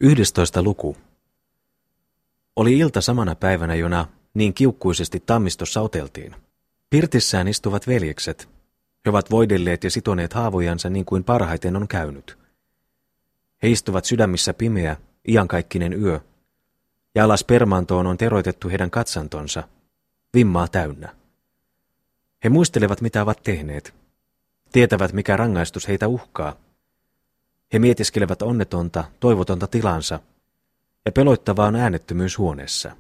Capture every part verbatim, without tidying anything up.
Yhdestoista luku. Oli ilta samana päivänä, jona niin kiukkuisesti tammistossa oteltiin. Pirtissään istuvat veljekset. He ovat voidelleet ja sitoneet haavojansa niin kuin parhaiten on käynyt. He istuvat sydämissä pimeä, iankaikkinen yö, ja alas permantoon on teroitettu heidän katsantonsa, vimmaa täynnä. He muistelevat, mitä ovat tehneet. Tietävät, mikä rangaistus heitä uhkaa. He mietiskelevät onnetonta, toivotonta tilansa, ja peloittavaa on äänettömyys huoneessa.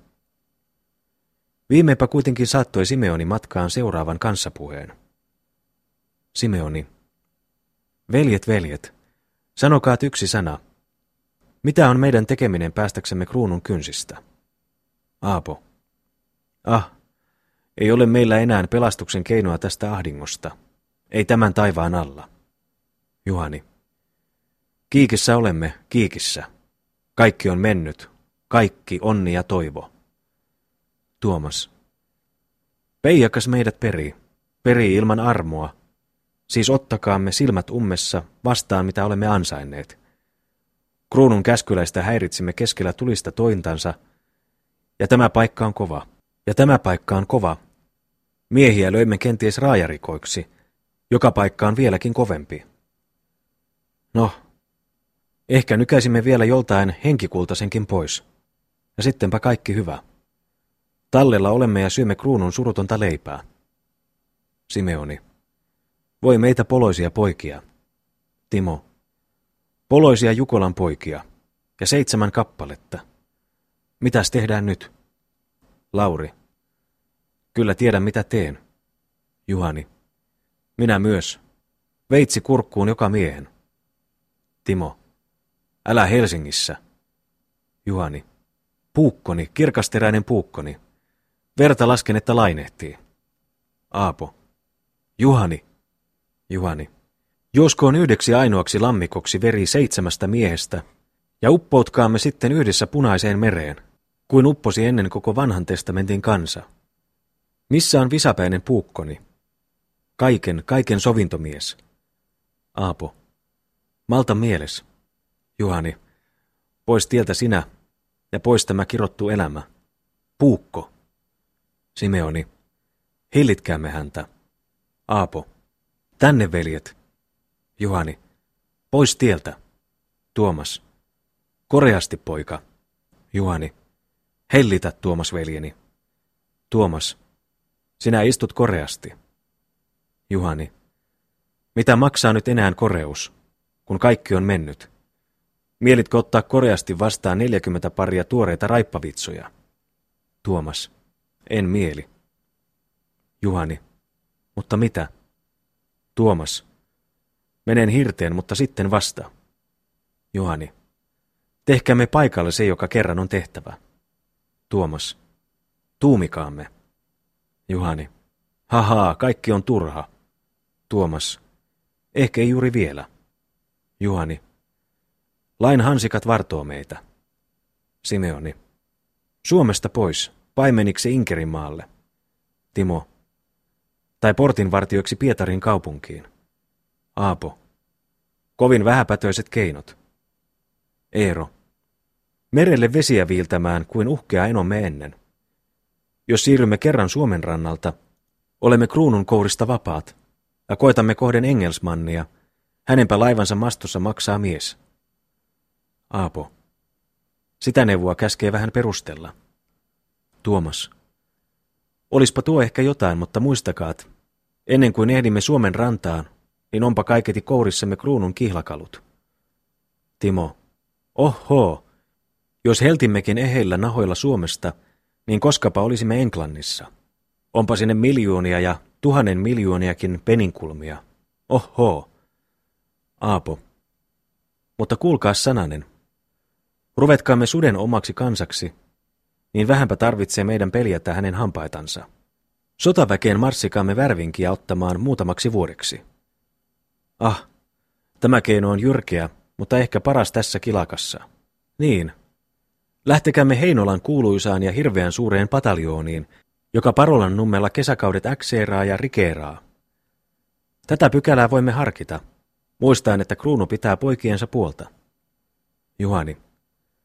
Viimeipä kuitenkin saattoi Simeoni matkaan seuraavan kanssapuheen. Simeoni. Veljet, veljet, sanokaat yksi sana. Mitä on meidän tekeminen päästäksemme kruunun kynsistä? Aapo. Ah, ei ole meillä enää pelastuksen keinoa tästä ahdingosta. Ei tämän taivaan alla. Juhani. Kiikissä olemme, kiikissä. Kaikki on mennyt. Kaikki onni ja toivo. Tuomas. Peijakas meidät perii. Perii ilman armoa. Siis ottakaamme silmät ummessa vastaan, mitä olemme ansainneet. Kruunun käskyläistä häiritsimme keskellä tulista tointansa, ja tämä paikka on kova. Ja tämä paikka on kova. Miehiä löimme kenties raajarikoiksi. Joka paikka on vieläkin kovempi. No, ehkä nykäisimme vielä joltain henkikultasenkin pois. Ja sittenpä kaikki hyvä. Tallella olemme ja syömme kruunun surutonta leipää. Simeoni. Voi meitä poloisia poikia. Timo. Poloisia Jukolan poikia. Ja seitsemän kappaletta. Mitäs tehdään nyt? Lauri. Kyllä tiedän mitä teen. Juhani. Minä myös. Veitsi kurkkuun joka miehen. Timo. Älä Helsingissä. Juhani. Puukkoni, kirkasteräinen puukkoni. Verta lasken, että lainehtii. Aapo. Juhani. Juhani. Juoskoon yhdeksi ainoaksi lammikoksi veri seitsemästä miehestä, ja uppoutkaamme sitten yhdessä punaiseen mereen, kuin upposi ennen koko vanhan testamentin kansa. Missä on visapäinen puukkoni? Kaiken, kaiken sovintomies. Aapo. Malta mieles. Juhani. Pois tieltä sinä, ja pois tämä kirottu elämä. Puukko. Simeoni. Hillitkäämme häntä. Aapo. Tänne, veljet. Juhani. Pois tieltä. Tuomas. Koreasti, poika. Juhani. Hellitä, Tuomas, veljeni. Tuomas. Sinä istut koreasti. Juhani. Mitä maksaa nyt enää koreus, kun kaikki on mennyt? Mielitkö ottaa koreasti vastaan neljäkymmentä paria tuoreita raippavitsoja? Tuomas. En mieli. Juhani. Mutta mitä? Tuomas. Menen hirteen, mutta sitten vasta. Juhani. Tehkäämme paikalle se, joka kerran on tehtävä. Tuomas. Tuumikaamme. Juhani. Hahaa, kaikki on turha. Tuomas. Ehkä ei juuri vielä. Juhani. Lain hansikat vartoo meitä. Simeoni. Suomesta pois, paimeniksi Inkerinmaalle. Timo. Tai portinvartijoiksi Pietarin kaupunkiin. Aapo. Kovin vähäpätöiset keinot. Eero. Merelle vesiä viiltämään kuin uhkea enomme ennen. Jos siirrymme kerran Suomen rannalta, olemme kruunun kourista vapaat, ja koitamme kohden Engelsmannia, hänenpä laivansa mastossa maksaa mies. Aapo. Sitä neuvoa käskee vähän perustella. Tuomas. Olispa tuo ehkä jotain, mutta muistakaat, ennen kuin ehdimme Suomen rantaan, niin onpa kaiketi kourissamme kruunun kihlakalut. Timo. Oho, jos heltimmekin eheillä nahoilla Suomesta, niin koskapa olisimme Englannissa. Onpa sinne miljoonia ja tuhannen miljooniakin peninkulmia. Oho. Aapo. Mutta kuulkaa sananen. Ruvetkaamme suden omaksi kansaksi, niin vähänpä tarvitsee meidän peljätä hänen hampaitansa. Sotaväkeen marssikaamme värvinkiä ottamaan muutamaksi vuodeksi. Ah, tämä keino on jyrkeä, mutta ehkä paras tässä kilakassa. Niin. Lähtekäämme Heinolan kuuluisaan ja hirveän suureen pataljooniin, joka Parolan nummella kesäkaudet äkseeraa ja rikeeraa. Tätä pykälää voimme harkita, muistaen, että kruunu pitää poikiensa puolta. Juhani.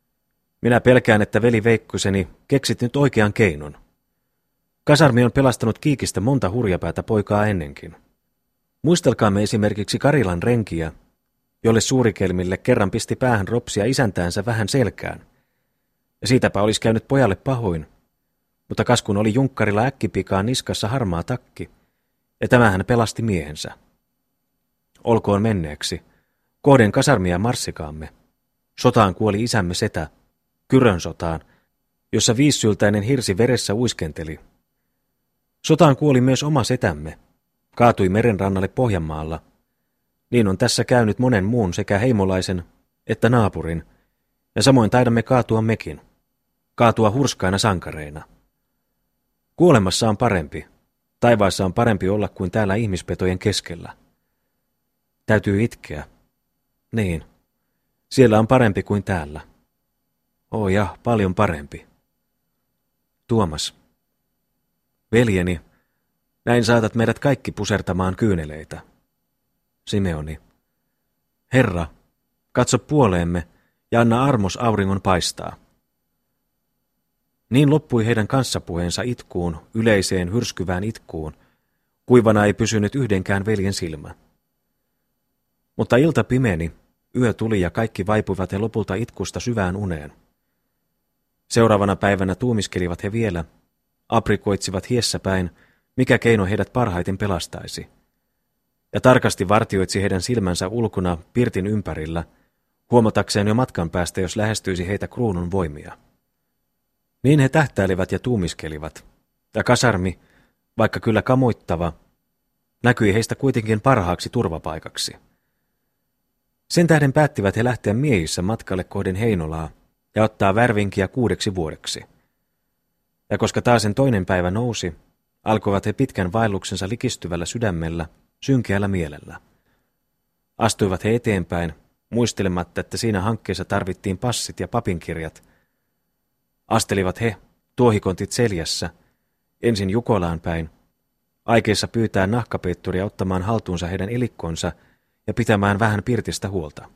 Minä pelkään, että veli Veikkoseni keksit nyt oikean keinon. Kasarmi on pelastanut Kiikistä monta hurjapäätä poikaa ennenkin. Muistelkaamme esimerkiksi Karilan renkiä, jolle Suurikelmille kerran pisti päähän ropsia isäntäänsä vähän selkään. Ja siitäpä olisi käynyt pojalle pahoin, mutta kas kun oli junkkarilla äkkipikaan niskassa harmaa takki, ja tämähän pelasti miehensä. Olkoon menneeksi, kohden kasarmia marssikaamme. Sotaan kuoli isämme setä, Kyrön sotaan, jossa viissyltäinen hirsi veressä uiskenteli. Sotaan kuoli myös oma setämme, kaatui merenrannalle Pohjanmaalla. Niin on tässä käynyt monen muun sekä heimolaisen että naapurin, ja samoin taidamme kaatua mekin, kaatua hurskaina sankareina. Kuolemassa on parempi, taivaassa on parempi olla kuin täällä ihmispetojen keskellä. Täytyy itkeä. Niin, siellä on parempi kuin täällä. Oo ja, paljon parempi. Tuomas. Veljeni, näin saatat meidät kaikki pusertamaan kyyneleitä. Simeoni. Herra, katso puoleemme ja anna armos auringon paistaa. Niin loppui heidän kanssapuheensa itkuun, yleiseen hyrskyvään itkuun. Kuivana ei pysynyt yhdenkään veljen silmä. Mutta ilta pimeni, yö tuli ja kaikki vaipuivat he lopulta itkusta syvään uneen. Seuraavana päivänä tuumiskelivat he vielä, aprikoitsivat hiessäpäin, mikä keino heidät parhaiten pelastaisi. Ja tarkasti vartioitsi heidän silmänsä ulkona pirtin ympärillä, huomatakseen jo matkan päästä, jos lähestyisi heitä kruunun voimia. Niin he tähtäilivät ja tuumiskelivat, ja kasarmi, vaikka kyllä kamoittava, näkyi heistä kuitenkin parhaaksi turvapaikaksi. Sen tähden päättivät he lähteä miehissä matkalle kohden Heinolaa ja ottaa värvinkiä kuudeksi vuodeksi. Ja koska taasen toinen päivä nousi, alkoivat he pitkän vaelluksensa likistyvällä sydämellä, synkeällä mielellä. Astuivat he eteenpäin, muistelematta, että siinä hankkeessa tarvittiin passit ja papinkirjat. Astelivat he, tuohikontit seljässä, ensin Jukolaan päin, aikeissa pyytää nahkapeitturia ottamaan haltuunsa heidän elikkonsa ja pitämään vähän pirtistä huolta.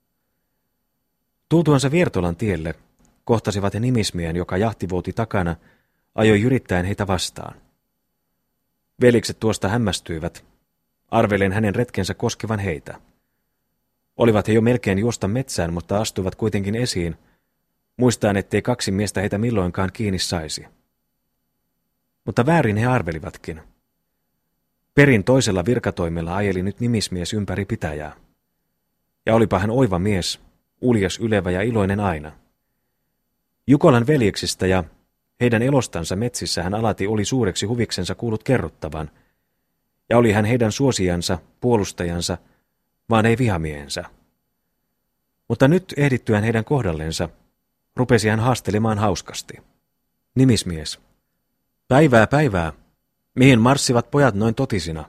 Tultuansa Viertolan tielle, kohtasivat he nimismiehen, joka jahtivouti takana, ajoi jyrittäen heitä vastaan. Velikset tuosta hämmästyivät, arvelen hänen retkensä koskevan heitä. Olivat he jo melkein juosta metsään, mutta astuivat kuitenkin esiin, muistaen, ettei kaksi miestä heitä milloinkaan kiinni saisi. Mutta väärin he arvelivatkin. Perin toisella virkatoimella ajeli nyt nimismies ympäri pitäjää. Ja olipa hän oiva mies, uljas, ylevä ja iloinen aina. Jukolan veljeksistä ja heidän elostansa metsissä hän alati oli suureksi huviksensa kuullut kerrottavan, ja oli hän heidän suosijansa, puolustajansa, vaan ei vihamiehensä. Mutta nyt ehdittyään heidän kohdallensa, rupesi hän haastelemaan hauskasti. Nimismies. Päivää, päivää. Mihin marssivat pojat noin totisina?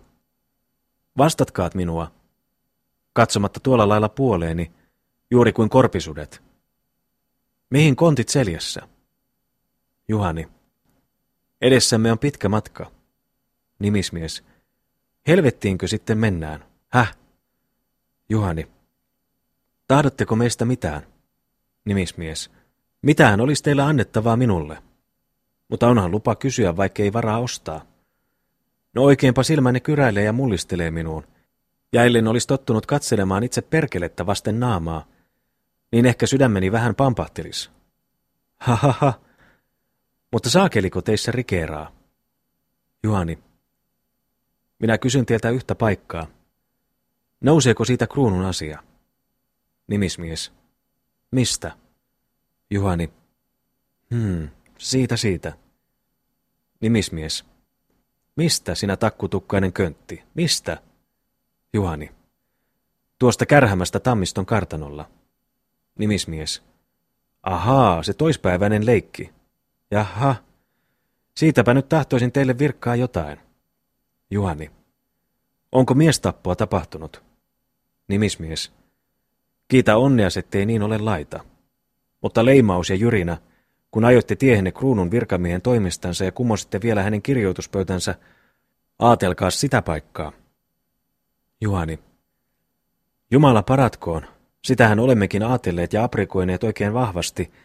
Vastatkaat minua. Katsomatta tuolla lailla puoleeni, juuri kuin korpisudet. Mihin kontit seljässä? Juhani. Edessämme on pitkä matka. Nimismies. Helvettiinkö sitten mennään? Häh? Juhani. Tahdotteko meistä mitään? Nimismies. Mitään olisi teillä annettavaa minulle. Mutta onhan lupa kysyä, vaikkei varaa ostaa. No oikeinpa silmänne kyräilee ja mullistelee minuun. Ja ellen olisi tottunut katselemaan itse perkelettä vasten naamaa, niin ehkä sydämeni vähän pampahtelisi. Ha ha ha. Mutta saakeliko teissä rikeeraa? Juhani. Minä kysyn teiltä yhtä paikkaa. Nouseeko siitä kruunun asia? Nimismies. Mistä? Juhani. Hmm, siitä siitä. Nimismies. Mistä sinä takkutukkainen köntti? Mistä? Juhani. Tuosta kärhämästä Tammiston kartanolla. Nimismies. Ahaa, se toispäiväinen leikki. Jaha. Siitäpä nyt tahtoisin teille virkkaa jotain. Juhani. Onko miestappoa tapahtunut? Nimismies. Kiitä onneas, ettei niin ole laita. Mutta leimaus ja jyrinä, kun ajoitte tiehenne kruunun virkamiehen toimistansa ja kumositte vielä hänen kirjoituspöytänsä, aatelkaas sitä paikkaa. Juhani. Jumala paratkoon, sitähän olemmekin aatelleet ja aprikoineet oikein vahvasti,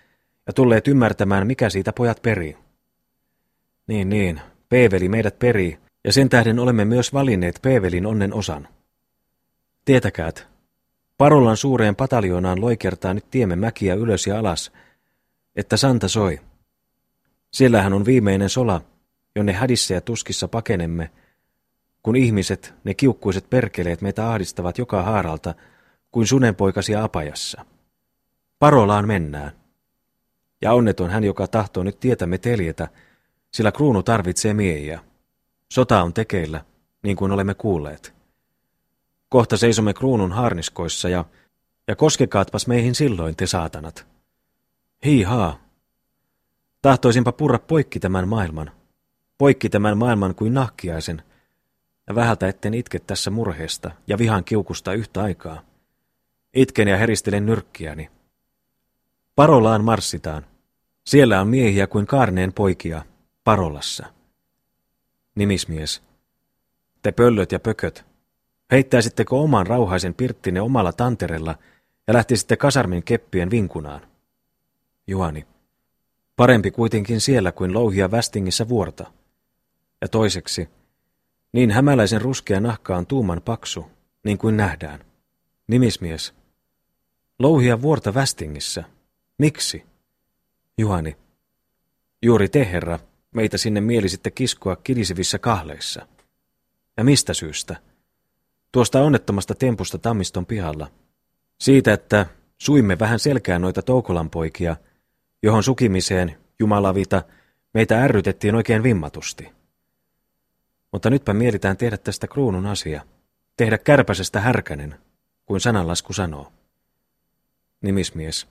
ja tulleet ymmärtämään, mikä siitä pojat perii. Niin, niin, Peeveli meidät perii, ja sen tähden olemme myös valinneet Peevelin onnen osan. Tietäkäät, Parolan suureen pataljoonaan loikertaa nyt tiemme mäkiä ylös ja alas, että Santa soi. Siellähän on viimeinen sola, jonne hädissä ja tuskissa pakenemme, kun ihmiset, ne kiukkuiset perkeleet meitä ahdistavat joka haaralta, kuin sunenpoikasia apajassa. Parolaan mennään. Ja onneton hän, joka tahtoo nyt tietämme teljetä, sillä kruunu tarvitsee miehiä. Sota on tekeillä, niin kuin olemme kuulleet. Kohta seisomme kruunun harniskoissa ja, ja koskekaatpas meihin silloin, te saatanat. Hii-haa. Tahtoisinpa purra poikki tämän maailman. Poikki tämän maailman kuin nahkiaisen. Ja vähältä etten itke tässä murheesta ja vihan kiukusta yhtä aikaa. Itken ja heristelen nyrkkiäni. Parolaan marssitaan. Siellä on miehiä kuin kaarneen poikia, Parolassa. Nimismies. Te pöllöt ja pököt. Heittäisittekö oman rauhaisen pirttinne omalla tanterella ja lähtisitte kasarmin keppien vinkunaan? Juhani. Parempi kuitenkin siellä kuin louhia Västingissä vuorta. Ja toiseksi, niin hämäläisen ruskea nahka on tuuman paksu, niin kuin nähdään. Nimismies. Louhia vuorta Västingissä. Miksi? Juhani. Juuri te, herra, meitä sinne mielisitte kiskoa kidisivissä kahleissa. Ja mistä syystä? Tuosta onnettomasta tempusta Tammiston pihalla. Siitä, että suimme vähän selkään noita Toukolan poikia, johon sukimiseen, jumalavita, meitä ärrytettiin oikein vimmatusti. Mutta nytpä mielitään tehdä tästä kruunun asia, tehdä kärpäsestä härkänen, kuin sananlasku sanoo. Nimismies.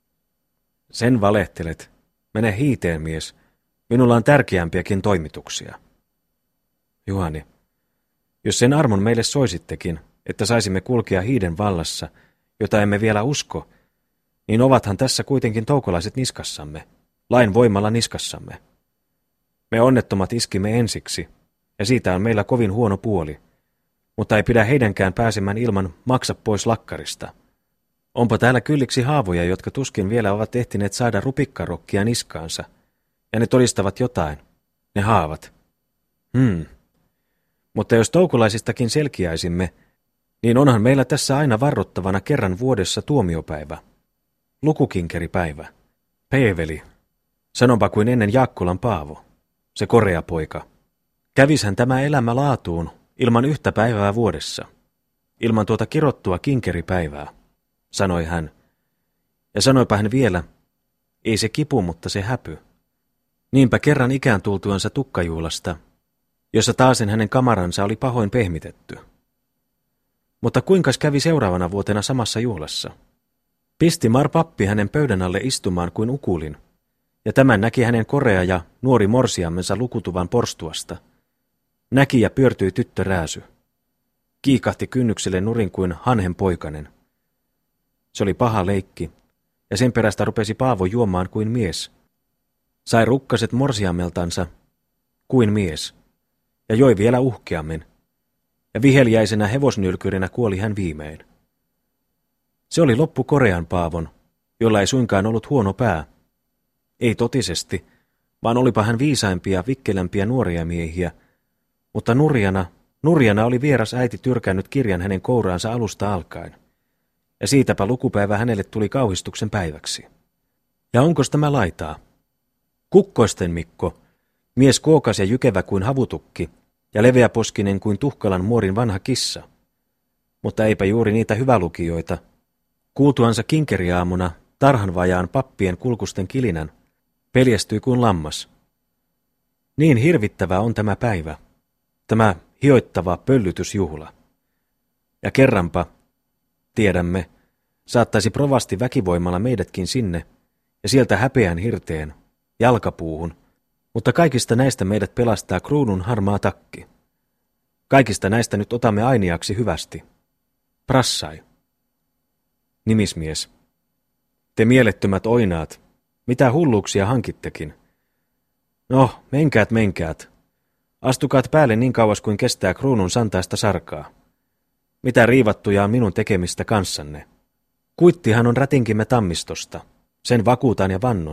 Sen valehtelet. Mene hiiteen, mies. Minulla on tärkeämpiäkin toimituksia. Juhani. Jos sen armon meille soisittekin, että saisimme kulkea hiiden vallassa, jota emme vielä usko, niin ovathan tässä kuitenkin toukolaiset niskassamme, lain voimalla niskassamme. Me onnettomat iskimme ensiksi, ja siitä on meillä kovin huono puoli, mutta ei pidä heidänkään pääsemään ilman maksa pois lakkarista. Onpa täällä kylliksi haavoja, jotka tuskin vielä ovat ehtineet saada rupikkarokkia niskaansa, ja ne todistavat jotain, ne haavat. Hmm. Mutta jos toukolaisistakin selkiäisimme, niin onhan meillä tässä aina varrottavana kerran vuodessa tuomiopäivä. Lukukinkeripäivä. Peeveli. Sanonpa kuin ennen Jaakkolan Paavo. Se korea poika. Kävishän tämä elämä laatuun ilman yhtä päivää vuodessa. Ilman tuota kirottua kinkeripäivää, sanoi hän. Ja sanoipa hän vielä, ei se kipu, mutta se häpy. Niinpä kerran ikään tultuansa tukkajuhlasta, jossa taasen hänen kamaransa oli pahoin pehmitetty. Mutta kuinkas kävi seuraavana vuotena samassa juhlassa? Pisti Mar pappi hänen pöydän alle istumaan kuin ukulin, ja tämän näki hänen korea ja nuori morsiammensa lukutuvan porstuasta. Näki ja pyörtyi tyttö rääsy. Kiikahti kynnykselle nurin kuin hanhen poikanen. Se oli paha leikki, ja sen perästä rupesi Paavo juomaan kuin mies. Sai rukkaset morsiammeltansa kuin mies, ja joi vielä uhkeammin, ja viheliäisenä hevosnylkyrinä kuoli hän viimein. Se oli loppu Korean Paavon, jolla ei suinkaan ollut huono pää. Ei totisesti, vaan olipa hän viisaimpia, vikkelämpiä nuoria miehiä, mutta nurjana, nurjana oli vieras äiti tyrkännyt kirjan hänen kouraansa alusta alkaen, ja siitäpä lukupäivä hänelle tuli kauhistuksen päiväksi. Ja onkos tämä laitaa? Kukkoisten Mikko, mies kookas ja jykevä kuin havutukki, ja leveäposkinen kuin Tuhkalan muorin vanha kissa. Mutta eipä juuri niitä hyvälukijoita. Kuultuansa kinkeriaamuna tarhanvajaan pappien kulkusten kilinän, peljästyi kuin lammas. Niin hirvittävä on tämä päivä, tämä hioittava pöllytysjuhla. Ja kerranpa, tiedämme, saattaisi provasti väkivoimalla meidätkin sinne, ja sieltä häpeän hirteen, jalkapuuhun, mutta kaikista näistä meidät pelastaa kruunun harmaa takki. Kaikista näistä nyt otamme ainiaksi hyvästi. Prassai. Nimismies. Te mielettömät oinaat, mitä hulluuksia hankittekin. No, menkäät, menkäät. Astukaat päälle niin kauas kuin kestää kruunun santaista sarkaa. Mitä riivattuja on minun tekemistä kanssanne. Kuittihan on rätinkimme Tammistosta. Sen vakuutan ja vannon,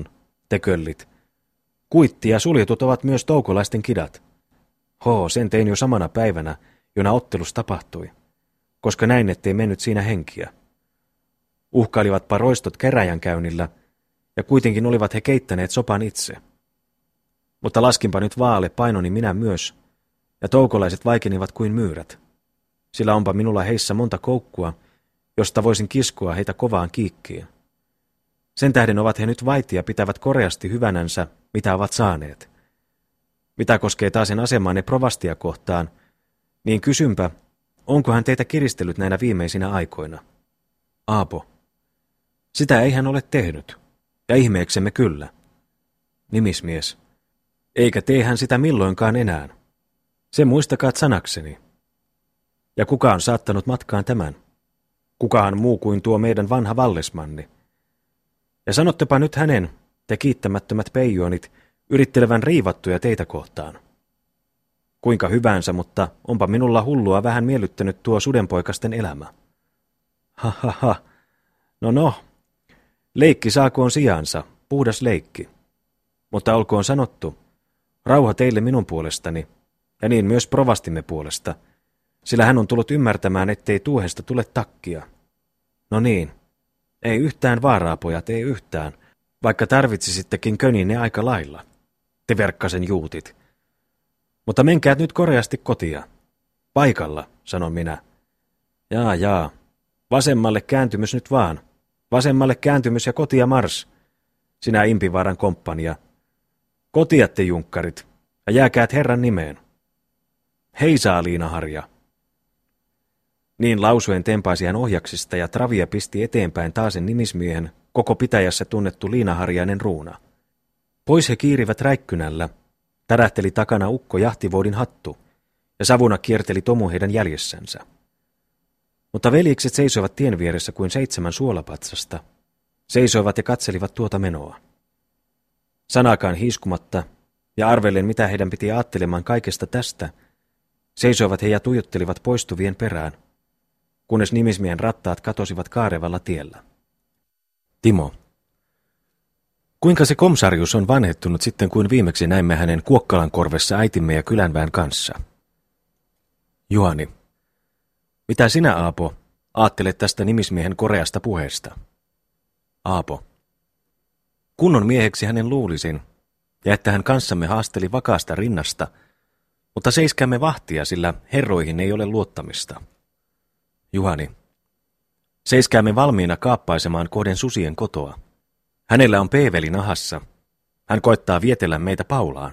te köllit. Kuitti ja suljetut ovat myös toukolaisten kidat. Hoo, sen tein jo samana päivänä, jona ottelus tapahtui, koska näin ettei mennyt siinä henkiä. Uhkailivatpa roistot käräjän käynnillä, ja kuitenkin olivat he keittäneet sopan itse. Mutta laskinpa nyt vaalle painoni minä myös, ja toukolaiset vaikenivat kuin myyrät, sillä onpa minulla heissä monta koukkua, josta voisin kiskoa heitä kovaan kiikkiin. Sen tähden ovat he nyt vaiti ja pitävät koreasti hyvänänsä, mitä ovat saaneet. Mitä koskee taasen asemaanne provastia kohtaan, niin kysynpä, onko hän teitä kiristellyt näinä viimeisinä aikoina? Aapo. Sitä ei hän ole tehnyt, ja ihmeeksemme kyllä. Nimismies. Eikä tee hän sitä milloinkaan enää. Se muistakaat sanakseni. Ja kuka on saattanut matkaan tämän? Kukahan muu kuin tuo meidän vanha vallesmanni? Ja sanottepa nyt hänen, te kiittämättömät peijuonit, yrittelevän riivattuja teitä kohtaan. Kuinka hyvänsä, mutta onpa minulla hullua vähän miellyttänyt tuo sudenpoikasten elämä. Ha ha ha. No no. Leikki saakoon sijansa, puhdas leikki. Mutta olkoon sanottu, rauha teille minun puolestani, ja niin myös provastimme puolesta, sillä hän on tullut ymmärtämään, ettei tuuhesta tule takkia. No niin, ei yhtään vaaraa, pojat, ei yhtään, vaikka tarvitsisittekin köninne aika lailla, te verkkasen juutit. Mutta menkäät nyt koreasti kotia. Paikalla, sanon minä. Jaa, jaa, vasemmalle kääntymys nyt vaan. Vasemmalle kääntymys ja kotia mars, sinä Impivaaran komppania. Kotiatte, junkkarit, ja jääkäät Herran nimeen. Heisaa, Liinaharja. Niin lausuen tempaisi hän ohjaksista ja Travia pisti eteenpäin taasen nimismiehen, koko pitäjässä tunnettu Liinaharjainen ruuna. Pois he kiirivät räikkynällä, tärähteli takana ukko jahtivoodin hattu, ja savuna kierteli Tomu heidän jäljessänsä. Mutta veljekset seisoivat tien vieressä kuin seitsemän suolapatsasta. Seisoivat ja katselivat tuota menoa. Sanakaan hiiskumatta, ja arvellen mitä heidän piti ajattelemaan kaikesta tästä, seisoivat he ja tuijottelivat poistuvien perään, kunnes nimismiehen rattaat katosivat kaarevalla tiellä. Timo. Kuinka se komsarius on vanhettunut sitten, kuin viimeksi näimme hänen Kuokkalan korvessa äitimme ja kylänväen kanssa? Juhani. Mitä sinä, Aapo, aattelet tästä nimismiehen koreasta puheesta? Aapo. Kunnon mieheksi hänen luulisin, ja että hän kanssamme haasteli vakaasta rinnasta, mutta seiskäämme vahtia, sillä herroihin ei ole luottamista. Juhani. Seiskäämme valmiina kaappaisemaan kohden susien kotoa. Hänellä on peeveli nahassa. Hän koittaa vietellä meitä Paulaan.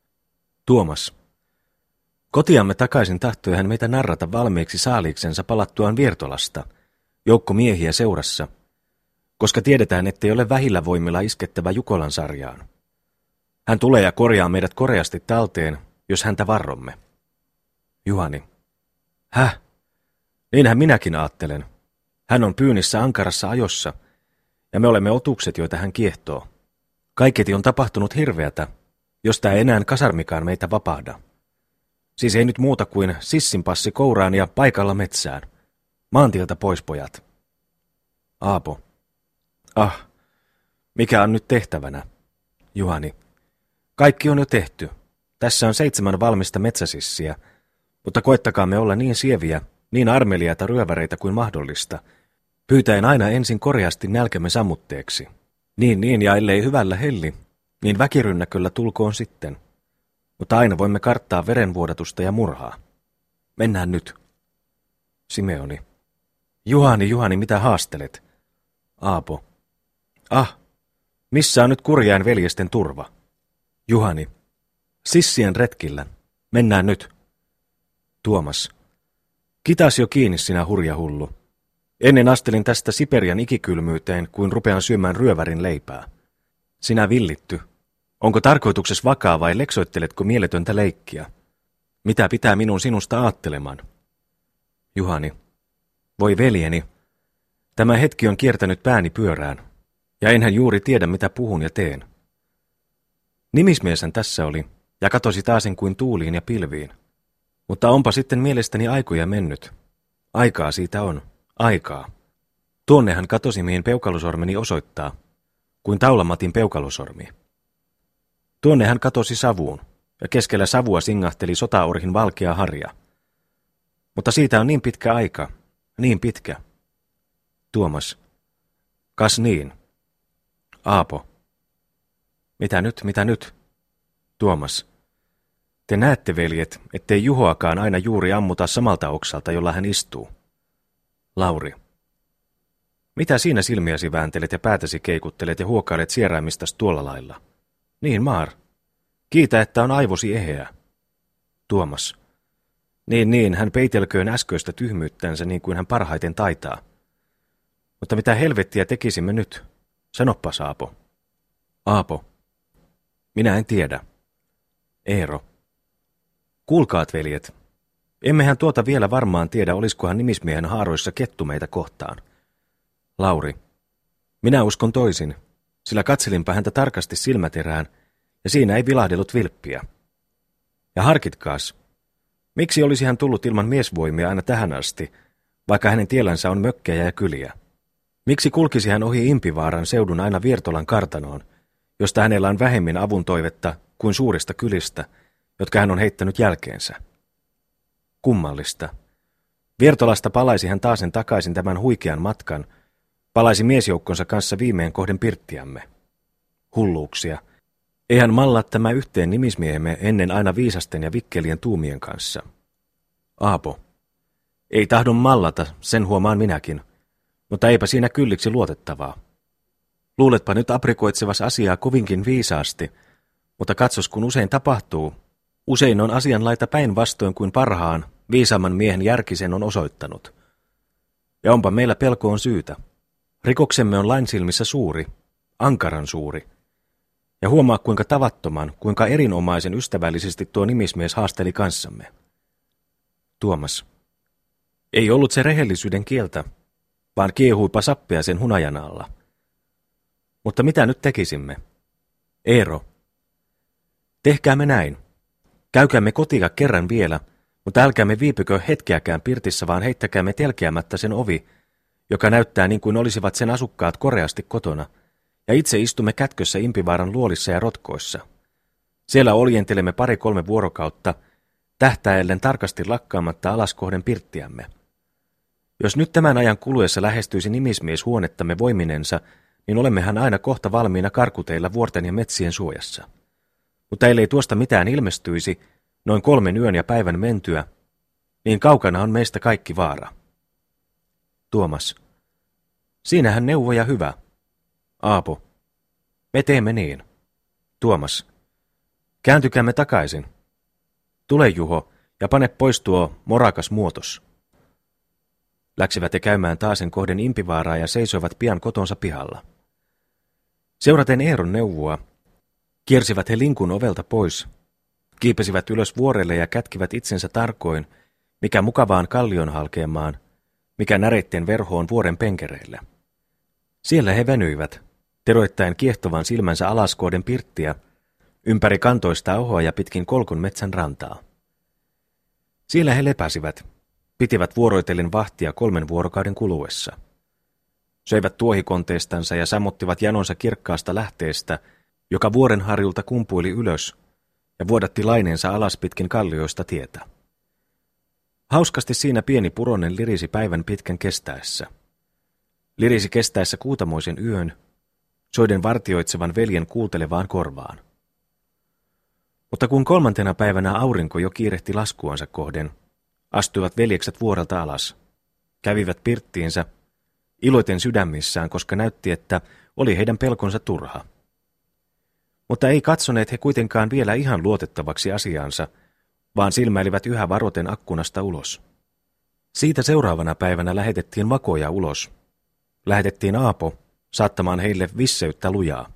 Tuomas. Kotiamme takaisin tahtoi hän meitä narrata valmiiksi saaliiksensa palattuaan Viertolasta, joukko miehiä seurassa, koska tiedetään, ettei ole vähillä voimilla iskettävä Jukolan sarjaan. Hän tulee ja korjaa meidät koreasti talteen, jos häntä varromme. Juhani. Häh? Niinhän minäkin ajattelen. Hän on pyynnissä ankarassa ajossa, ja me olemme otukset, joita hän kiehtoo. Kaiketi on tapahtunut hirveätä, josta ei enää kasarmikaan meitä vapaada. Siis ei nyt muuta kuin sissinpassi kouraan ja paikalla metsään. Maantieltä pois, pojat. Aapo. Ah, mikä on nyt tehtävänä? Juhani. Kaikki on jo tehty. Tässä on seitsemän valmista metsäsissiä, mutta koettakaamme olla niin sieviä, niin armeliaita ryöväreitä kuin mahdollista, pyytäen aina ensin koreasti nälkämme sammutteeksi. Niin, niin, ja ellei hyvällä helli, niin väkirynnäköllä tulkoon sitten. Mutta aina voimme karttaa verenvuodatusta ja murhaa. Mennään nyt. Simeoni. Juhani, Juhani, mitä haastelet? Aapo. Ah, missä on nyt kurjain veljesten turva? Juhani. Sissien retkillä. Mennään nyt. Tuomas. Kitas jo kiinni, sinä hurja hullu. Ennen astelin tästä Siperian ikikylmyyteen, kuin rupean syömään ryövärin leipää. Sinä villitty. Onko tarkoituksesi vakaa vai leksoitteletko mieletöntä leikkiä? Mitä pitää minun sinusta aattelemaan? Juhani. Voi veljeni. Tämä hetki on kiertänyt pääni pyörään, ja enhän juuri tiedä, mitä puhun ja teen. Nimismieshän tässä oli, ja katosi taasen kuin tuuliin ja pilviin. Mutta onpa sitten mielestäni aikoja mennyt. Aikaa siitä on. Aikaa. Tuonne hän katosi, mihin peukalusormeni osoittaa. kuin Taulamatin peukalosormi. Tuonne hän katosi savuun, ja keskellä savua singahteli sotaorhin valkea harja. Mutta siitä on niin pitkä aika, niin pitkä. Tuomas. Kas niin. Aapo. Mitä nyt, mitä nyt? Tuomas. Te näette, veljet, ettei Juhoakaan aina juuri ammuta samalta oksalta, jolla hän istuu. Lauri. Mitä siinä silmiäsi vääntelet ja päätäsi keikuttelet ja huokailet sieraimistasi tuolla lailla? Niin, Maar. Kiitä, että on aivosi eheä. Tuomas. Niin, niin, hän peitelköön äsköistä tyhmyyttänsä niin kuin hän parhaiten taitaa. Mutta mitä helvettiä tekisimme nyt? Sanoppas, Aapo. Aapo. Minä en tiedä. Eero. Kuulkaat, veljet. Emmehän tuota vielä varmaan tiedä, oliskohan nimismiehen haaroissa kettu meitä kohtaan. Lauri. Minä uskon toisin, sillä katselinpä häntä tarkasti silmäterään, ja siinä ei vilahdellut vilppiä. Ja harkitkaas, miksi olisi hän tullut ilman miesvoimia aina tähän asti, vaikka hänen tiellänsä on mökkejä ja kyliä? Miksi kulkisi hän ohi Impivaaran seudun aina Viertolan kartanoon, josta hänellä on vähemmin avun toivetta kuin suurista kylistä, jotka hän on heittänyt jälkeensä? Kummallista. Viertolasta palaisi hän taasen takaisin tämän huikean matkan, palaisi miesjoukkonsa kanssa viimein kohden pirttiämme. Hulluuksia. Eihän mallaa tämä yhteen nimismiehemme ennen aina viisasten ja vikkelien tuumien kanssa. Aapo. Ei tahdon mallata, sen huomaan minäkin, mutta eipä siinä kylliksi luotettavaa. Luuletpa nyt aprikoitsevas asiaa kovinkin viisaasti, mutta katsos kun usein tapahtuu. Usein on asianlaita päinvastoin kuin parhaan, viisaamman miehen järki sen on osoittanut. Ja onpa meillä pelkoon syytä. Rikoksemme on lain silmissä suuri, ankaran suuri. Ja huomaa kuinka tavattoman, kuinka erinomaisen ystävällisesti tuo nimismies haasteli kanssamme. Tuomas. Ei ollut se rehellisyyden kieltä, vaan kiehuipa sappea sen hunajan alla. Mutta mitä nyt tekisimme? Eero. Tehkäämme näin. Käykäämme kotia kerran vielä, mutta älkäämme viipykö hetkeäkään pirtissä, vaan heittäkäämme telkeämättä sen ovi, joka näyttää niin kuin olisivat sen asukkaat koreasti kotona, ja itse istumme kätkössä Impivaaran luolissa ja rotkoissa. Siellä oljentelemme pari-kolme vuorokautta, tähtäellen tarkasti lakkaamatta alaskohden pirttiämme. Jos nyt tämän ajan kuluessa lähestyisi nimismies huonettamme voiminensa, niin olemmehan aina kohta valmiina karkuteilla vuorten ja metsien suojassa. Mutta ellei tuosta mitään ilmestyisi, noin kolmen yön ja päivän mentyä, niin kaukana on meistä kaikki vaara. Tuomas. Siinähän neuvoja hyvä. Aapo. Me teemme niin. Tuomas. Kääntykäämme takaisin. Tule, Juho, ja pane pois tuo morakas muotos. Läksivät he käymään taasen kohden Impivaaraa ja seisoivat pian kotonsa pihalla. Seuraten Eeron neuvoa, kiersivät he linkun ovelta pois, kiipesivät ylös vuorelle ja kätkivät itsensä tarkoin, mikä mukavaan kallion halkeamaan, mikä näreitten verhoon vuoren penkereille. Siellä he venyivät, teroittaen kiehtovan silmänsä alaskoiden pirttiä, ympäri kantoista ohoa ja pitkin kolkun metsän rantaa. Siellä he lepäsivät, pitivät vuoroitellen vahtia kolmen vuorokauden kuluessa. Söivät tuohikonteistansa ja sammuttivat janonsa kirkkaasta lähteestä, joka vuoren harjulta kumpuili ylös ja vuodatti laineensa alas pitkin kallioista tietä. Hauskasti siinä pieni puronen lirisi päivän pitkän kestäessä. Lirisi kestäessä kuutamoisen yön, soiden vartioitsevan veljen kuultelevaan korvaan. Mutta kun kolmantena päivänä aurinko jo kiirehti laskuansa kohden, astuivat veljekset vuorelta alas, kävivät pirttiinsä, iloiten sydämissään, koska näytti, että oli heidän pelkonsa turha. Mutta ei katsoneet he kuitenkaan vielä ihan luotettavaksi asiaansa, vaan silmäilivät yhä varoten akkunasta ulos. Siitä seuraavana päivänä lähetettiin vakoja ulos. Lähetettiin Aapo saattamaan heille visseyttä lujaa.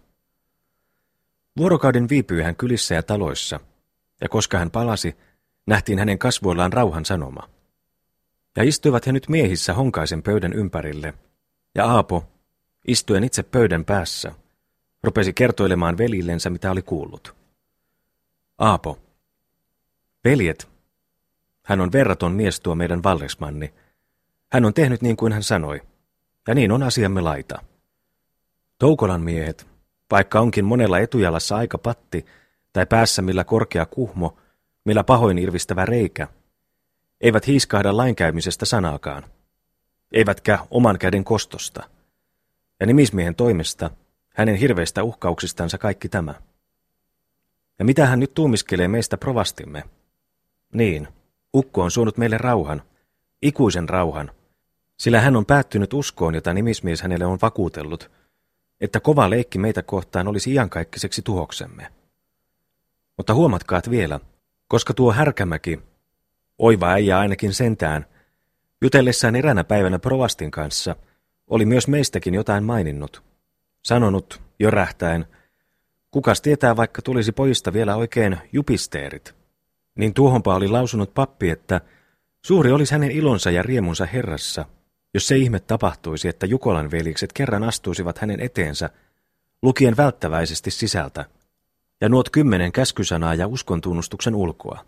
Vuorokauden viipyi hän kylissä ja taloissa, ja koska hän palasi, nähtiin hänen kasvoillaan rauhan sanoma. Ja istuivat he nyt miehissä honkaisen pöydän ympärille, ja Aapo, istuen itse pöydän päässä, rupesi kertoilemaan veljillensä, mitä oli kuullut. Aapo. Veljet, hän on verraton mies tuo meidän vallesmanni. Hän on tehnyt niin kuin hän sanoi, ja niin on asiamme laita. Toukolan miehet, vaikka onkin monella etujalassa aika patti, tai päässä millä korkea kuhmo, millä pahoin irvistävä reikä, eivät hiiskahda lainkäymisestä sanaakaan, eivätkä oman käden kostosta, ja nimismiehen toimesta, hänen hirveistä uhkauksistansa kaikki tämä. Ja mitä hän nyt tuumiskelee meistä provastimme? Niin, ukko on suonut meille rauhan, ikuisen rauhan, sillä hän on päättynyt uskoon, jota nimismies hänelle on vakuutellut, että kova leikki meitä kohtaan olisi iankaikkiseksi tuhoksemme. Mutta huomatkaat vielä, koska tuo Härkämäki, oiva äijä ainakin sentään, jutellessaan eräänä päivänä provastin kanssa, oli myös meistäkin jotain maininnut, sanonut, jörähtäen, kukas tietää vaikka tulisi pojista vielä oikein jupisteerit, niin tuohonpa oli lausunut pappi, että suuri olisi hänen ilonsa ja riemunsa Herrassa, jos se ihme tapahtuisi, että Jukolan veljekset kerran astuisivat hänen eteensä, lukien välttäväisesti sisältä, ja nuot kymmenen käskysanaa ja uskontunnustuksen ulkoa.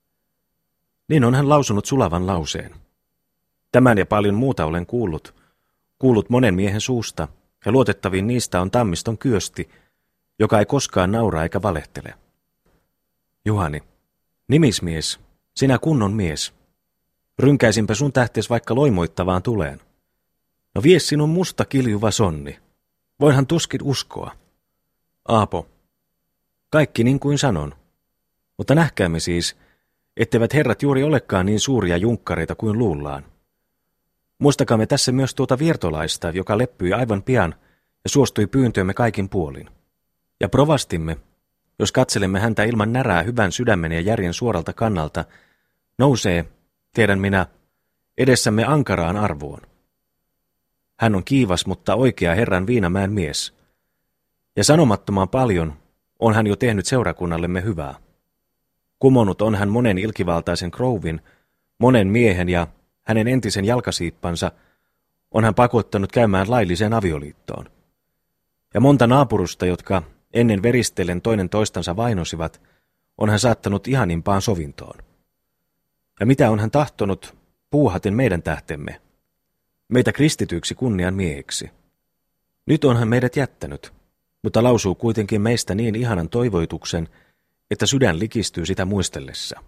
Niin on hän lausunut sulavan lauseen. Tämän ja paljon muuta olen kuullut, kuullut monen miehen suusta, ja luotettavin niistä on Tammiston Kyösti, joka ei koskaan naura eikä valehtele. Juhani, nimismies, sinä kunnon mies. Rynkäisimpä sun tähtes vaikka loimoittavaan tuleen. No vie sinun musta kiljuva sonni. Voinhan tuskin uskoa. Aapo, kaikki niin kuin sanon. Mutta nähkäämme siis, etteivät herrat juuri olekaan niin suuria junkkareita kuin luullaan. Muistakaamme tässä myös tuota viertolaista, joka leppyi aivan pian ja suostui pyyntöömme kaikin puolin. Ja provastimme, jos katselemme häntä ilman närää hyvän sydämen ja järjen suoralta kannalta, nousee, tiedän minä, edessämme ankaraan arvoon. Hän on kiivas, mutta oikea Herran Viinamäen mies. Ja sanomattoman paljon on hän jo tehnyt seurakunnallemme hyvää. Kumonut on hän monen ilkivaltaisen krouvin, monen miehen ja hänen entisen jalkasiippansa on hän pakottanut käymään lailliseen avioliittoon. Ja monta naapurusta, jotka ennen veristellen toinen toistansa vainosivat, on hän saattanut ihanimpaan sovintoon. Ja mitä on hän tahtonut puuhaten meidän tähtemme, meitä kristityiksi kunnian miehiksi. Nyt on hän meidät jättänyt, mutta lausuu kuitenkin meistä niin ihanan toivoituksen, että sydän likistyy sitä muistellessa.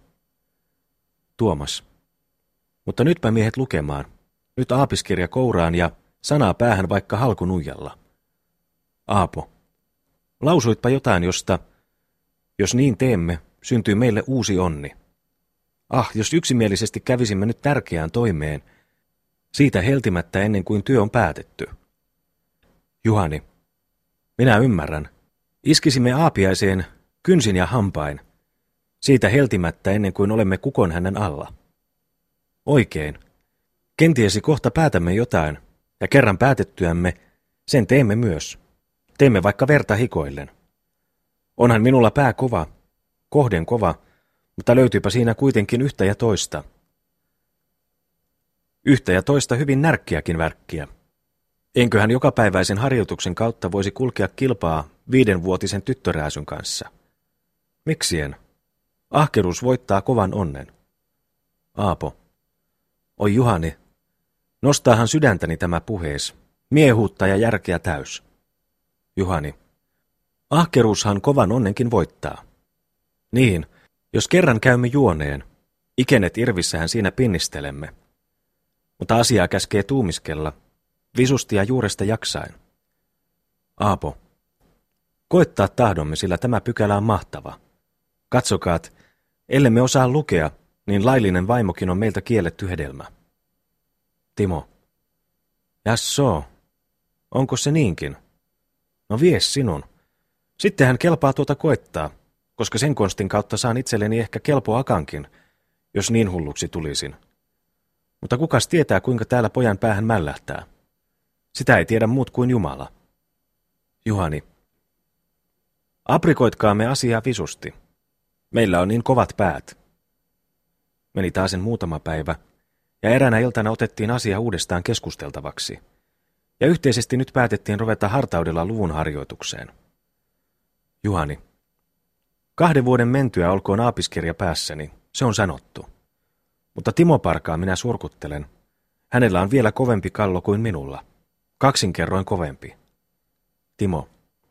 Tuomas. Mutta nytpä miehet lukemaan, nyt aapiskirja kouraan ja sanaa päähän vaikka halkunuijalla. Aapo. Lausuitpa jotain, josta, jos niin teemme, syntyy meille uusi onni. Ah, jos yksimielisesti kävisimme nyt tärkeään toimeen, siitä heltimättä ennen kuin työ on päätetty. Juhani, minä ymmärrän. Iskisimme aapiaiseen kynsin ja hampain, siitä heltimättä ennen kuin olemme kukon hänen alla. Oikein. Kentiesi kohta päätämme jotain, ja kerran päätettyämme, sen teemme myös. Teemme vaikka verta hikoillen. Onhan minulla pää kova, kohden kova, mutta löytyypä siinä kuitenkin yhtä ja toista. Yhtä ja toista hyvin närkkiäkin värkkiä. Enköhän jokapäiväisen harjoituksen kautta voisi kulkea kilpaa viidenvuotisen tyttörääsyn kanssa? Miksi en? Ahkeruus voittaa kovan onnen. Aapo. Oi Juhani, nostaahan sydäntäni tämä puhees, miehuutta ja järkeä täys. Juhani. Ahkeruushan kovan onnenkin voittaa. Niin, jos kerran käymme juoneen, ikenet irvissähän siinä pinnistelemme. Mutta asiaa käskee tuumiskella, visusti ja juuresta jaksain. Aapo. Koettaa tahdomme, sillä tämä pykälä on mahtava. Katsokaat, ellemme osaa lukea, niin laillinen vaimokin on meiltä kielletty hedelmä. Timo. Jassoo, onko se niinkin? No vies sinun. Sittenhän kelpaa tuota koettaa, koska sen konstin kautta saan itselleni ehkä kelpo akankin, jos niin hulluksi tulisin. Mutta kukas tietää, kuinka täällä pojan päähän mällähtää? Sitä ei tiedä muut kuin Jumala. Juhani. Aprikoitkaamme asiaa visusti. Meillä on niin kovat päät. Meni taasen muutama päivä, ja eräänä iltana otettiin asia uudestaan keskusteltavaksi. Ja yhteisesti nyt päätettiin ruveta hartaudella luvun harjoitukseen. Juhani. Kahden vuoden mentyä olkoon aapiskirja päässäni, se on sanottu. Mutta Timo Parkaa minä surkuttelen. Hänellä on vielä kovempi kallo kuin minulla. Kaksin kerroin kovempi. Timo.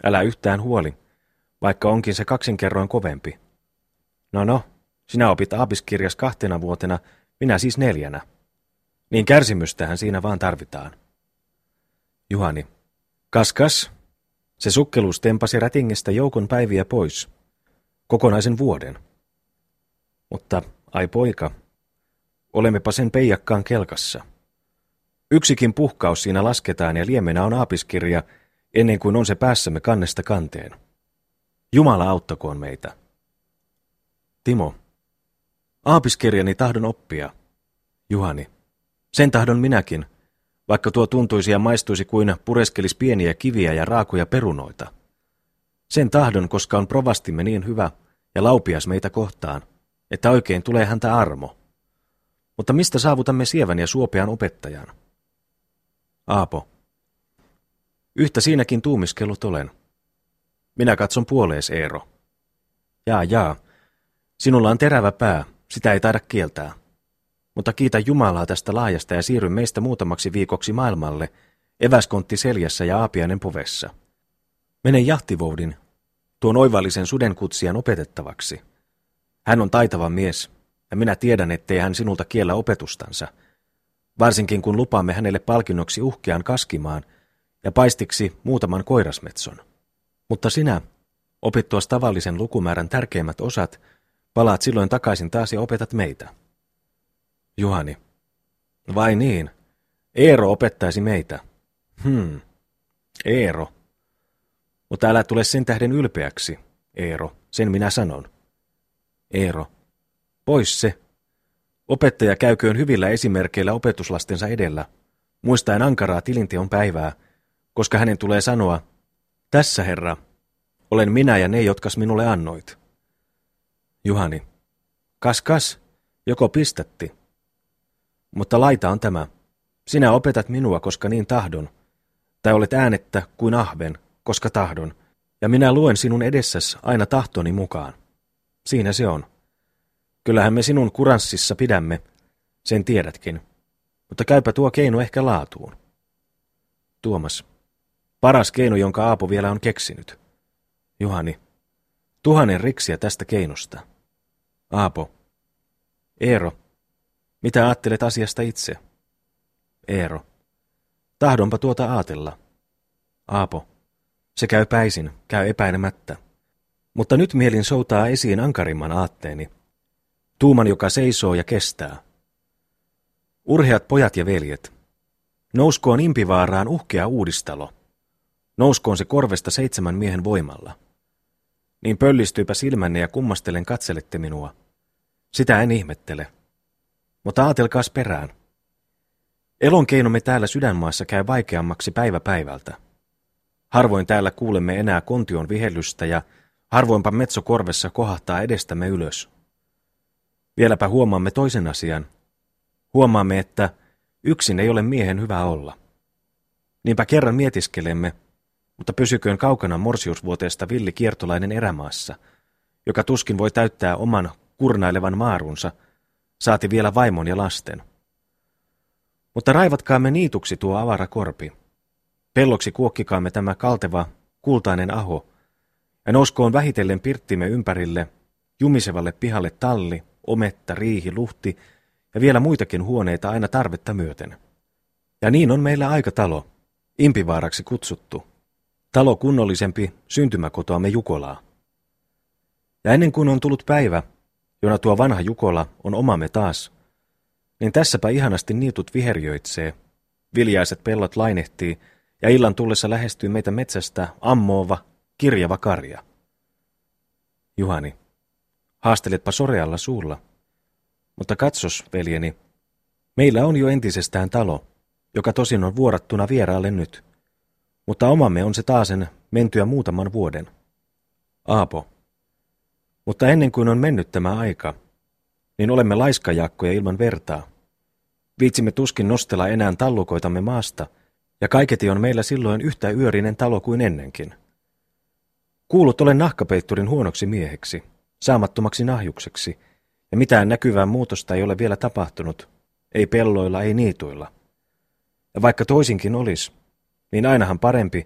Älä yhtään huoli, vaikka onkin se kaksin kerroin kovempi. No no, sinä opit aapiskirjas kahtena vuotena, minä siis neljänä. Niin kärsimystähän siinä vaan tarvitaan. Juhani. Kas kas. Se sukkeluus tempasi rätingistä joukon päiviä pois. Kokonaisen vuoden. Mutta, ai poika, olemmepa sen peijakkaan kelkassa. Yksikin puhkaus siinä lasketaan ja liemenä on aapiskirja, ennen kuin on se päässämme kannesta kanteen. Jumala auttakoon meitä. Timo. Aapiskirjani tahdon oppia. Juhani. Sen tahdon minäkin, vaikka tuo tuntuisi ja maistuisi kuin pureskelis pieniä kiviä ja raakoja perunoita. Sen tahdon, koska on provastimme niin hyvä ja laupias meitä kohtaan, että oikein tulee häntä armo. Mutta mistä saavutamme sievän ja suopean opettajan? Aapo. Yhtä siinäkin tuumiskellut olen. Minä katson puolees, Eero. Jaa, jaa. Sinulla on terävä pää, sitä ei taida kieltää. Mutta kiitä Jumalaa tästä laajasta ja siirry meistä muutamaksi viikoksi maailmalle, eväskontti seljässä ja aapiainen povessa. Mene jahtivoudin, tuon oivallisen sudenkutsijan opetettavaksi. Hän on taitava mies, ja minä tiedän, ettei hän sinulta kiellä opetustansa, varsinkin kun lupaamme hänelle palkinnoksi uhkean kaskimaan ja paistiksi muutaman koirasmetson. Mutta sinä, opittuas tavallisen lukumäärän tärkeimmät osat, palaat silloin takaisin taas ja opetat meitä. Juhani. Vai niin? Eero opettaisi meitä. Hmm. Eero. Mutta älä tule sen tähden ylpeäksi, Eero, sen minä sanon. Eero. Pois se. Opettaja käyköön hyvillä esimerkkeillä opetuslastensa edellä, muistaen ankaraa tilinteon päivää, koska hänen tulee sanoa, tässä herra, olen minä ja ne, jotkas minulle annoit. Juhani. Kas kas, joko pistätti. Mutta laita on tämä. Sinä opetat minua, koska niin tahdon, tai olet äänettä kuin ahven, koska tahdon, ja minä luen sinun edessäsi aina tahtoni mukaan. Siinä se on. Kyllähän me sinun kuranssissa pidämme, sen tiedätkin, mutta käypä tuo keino ehkä laatuun. Tuomas. Paras keino, jonka Aapo vielä on keksinyt. Juhani. Tuhannen riksiä tästä keinosta. Aapo. Eero. Mitä ajattelet asiasta itse? Eero. Tahdonpa tuota aatella. Aapo. Se käy päisin, käy epäilemättä. Mutta nyt mielin soutaa esiin ankarimman aatteeni. Tuuman, joka seisoo ja kestää. Urheat pojat ja veljet. Nouskoon Impivaaraan uhkea uudistalo. Nouskoon se korvesta seitsemän miehen voimalla. Niin pöllistyypä silmänne ja kummastelen katselette minua. Sitä en ihmettele. Mutta aatelkaas perään. Elonkeinomme täällä sydänmaassa käy vaikeammaksi päivä päivältä. Harvoin täällä kuulemme enää kontion vihellystä ja harvoinpa metso korvessa kohahtaa edestämme ylös. Vieläpä huomaamme toisen asian. Huomaamme, että yksin ei ole miehen hyvä olla. Niinpä kerran mietiskelemme, mutta pysyköön kaukana morsiusvuoteesta villi kiertolainen erämaassa, joka tuskin voi täyttää oman kurnailevan maarunsa, saati vielä vaimon ja lasten. Mutta raivatkaamme niituksi tuo avara korpi. Pelloksi kuokkikaamme tämä kalteva, kultainen aho, ja nouskoon vähitellen pirttimme ympärille, jumisevalle pihalle talli, ometta, riihi, luhti ja vielä muitakin huoneita aina tarvetta myöten. Ja niin on meillä aikatalo, Impivaaraksi kutsuttu. Talo kunnollisempi syntymäkotoamme Jukolaa. Ja ennen kuin on tullut päivä, jona tuo vanha Jukola on omamme taas, niin tässäpä ihanasti niitut viherjöitsee, viljaiset pellot lainehtii, ja illan tullessa lähestyy meitä metsästä ammoova, kirjava karja. Juhani, haasteletpa sorealla suulla. Mutta katsos, veljeni, meillä on jo entisestään talo, joka tosin on vuorattuna vieraalle nyt, mutta omamme on se taasen mentyä muutaman vuoden. Aapo, mutta ennen kuin on mennyt tämä aika, niin olemme laiskajaakkoja ilman vertaa. Viitsimme tuskin nostella enää tallukoitamme maasta, ja kaiketi on meillä silloin yhtä yörinen talo kuin ennenkin. Kuulut olen nahkapeitturin huonoksi mieheksi, saamattomaksi nahjukseksi, ja mitään näkyvää muutosta ei ole vielä tapahtunut, ei pelloilla, ei niituilla. Ja vaikka toisinkin olisi, niin ainahan parempi,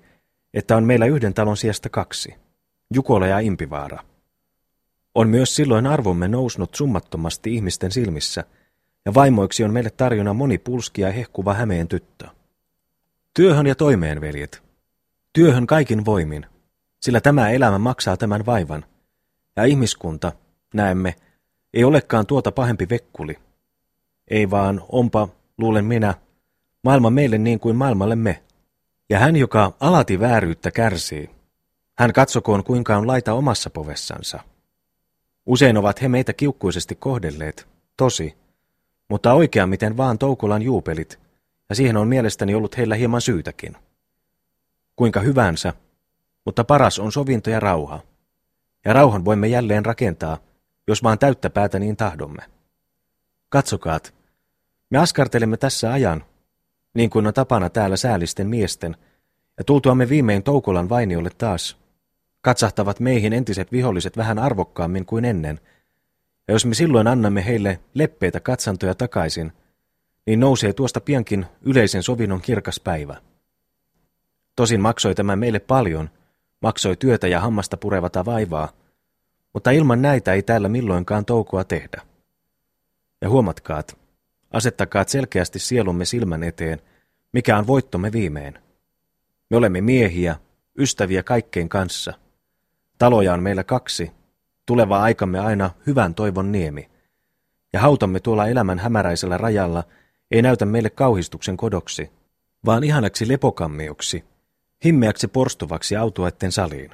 että on meillä yhden talon sijasta kaksi, Jukola ja Impivaara. On myös silloin arvomme nousnut summattomasti ihmisten silmissä, ja vaimoiksi on meille tarjona moni pulski ja hehkuva Hämeen tyttö. Työhön ja toimeen, veljet. Työhön kaikin voimin, sillä tämä elämä maksaa tämän vaivan, ja ihmiskunta, näemme, ei olekaan tuota pahempi vekkuli. Ei vaan, onpa, luulen minä, maailma meille niin kuin maailmalle me. Ja hän, joka alati vääryyttä kärsii, hän katsokoon kuinka on laita omassa povessansa. Usein ovat he meitä kiukkuisesti kohdelleet, tosi, mutta oikein miten vaan Toukolan juupelit, ja siihen on mielestäni ollut heillä hieman syytäkin. Kuinka hyvänsä, mutta paras on sovinto ja rauha. Ja rauhan voimme jälleen rakentaa, jos vaan täyttä päätä niin tahdomme. Katsokaat, me askartelemme tässä ajan, niin kuin on tapana täällä säällisten miesten, ja tultuamme viimein Toukolan vainiolle taas, katsahtavat meihin entiset viholliset vähän arvokkaammin kuin ennen, ja jos me silloin annamme heille leppeitä katsantoja takaisin, niin nousee tuosta piankin yleisen sovinnon kirkas päivä. Tosin maksoi tämä meille paljon, maksoi työtä ja hammasta purevata vaivaa, mutta ilman näitä ei täällä milloinkaan toukoa tehdä. Ja huomatkaat, asettakaat selkeästi sielumme silmän eteen, mikä on voittomme viimein. Me olemme miehiä, ystäviä kaikkein kanssa. Taloja on meillä kaksi, tuleva aikamme aina hyvän toivon niemi, ja hautamme tuolla elämän hämäräisellä rajalla ei näytä meille kauhistuksen kodoksi, vaan ihanaksi lepokammioksi, himmeäksi porstuvaksi autuaitten saliin.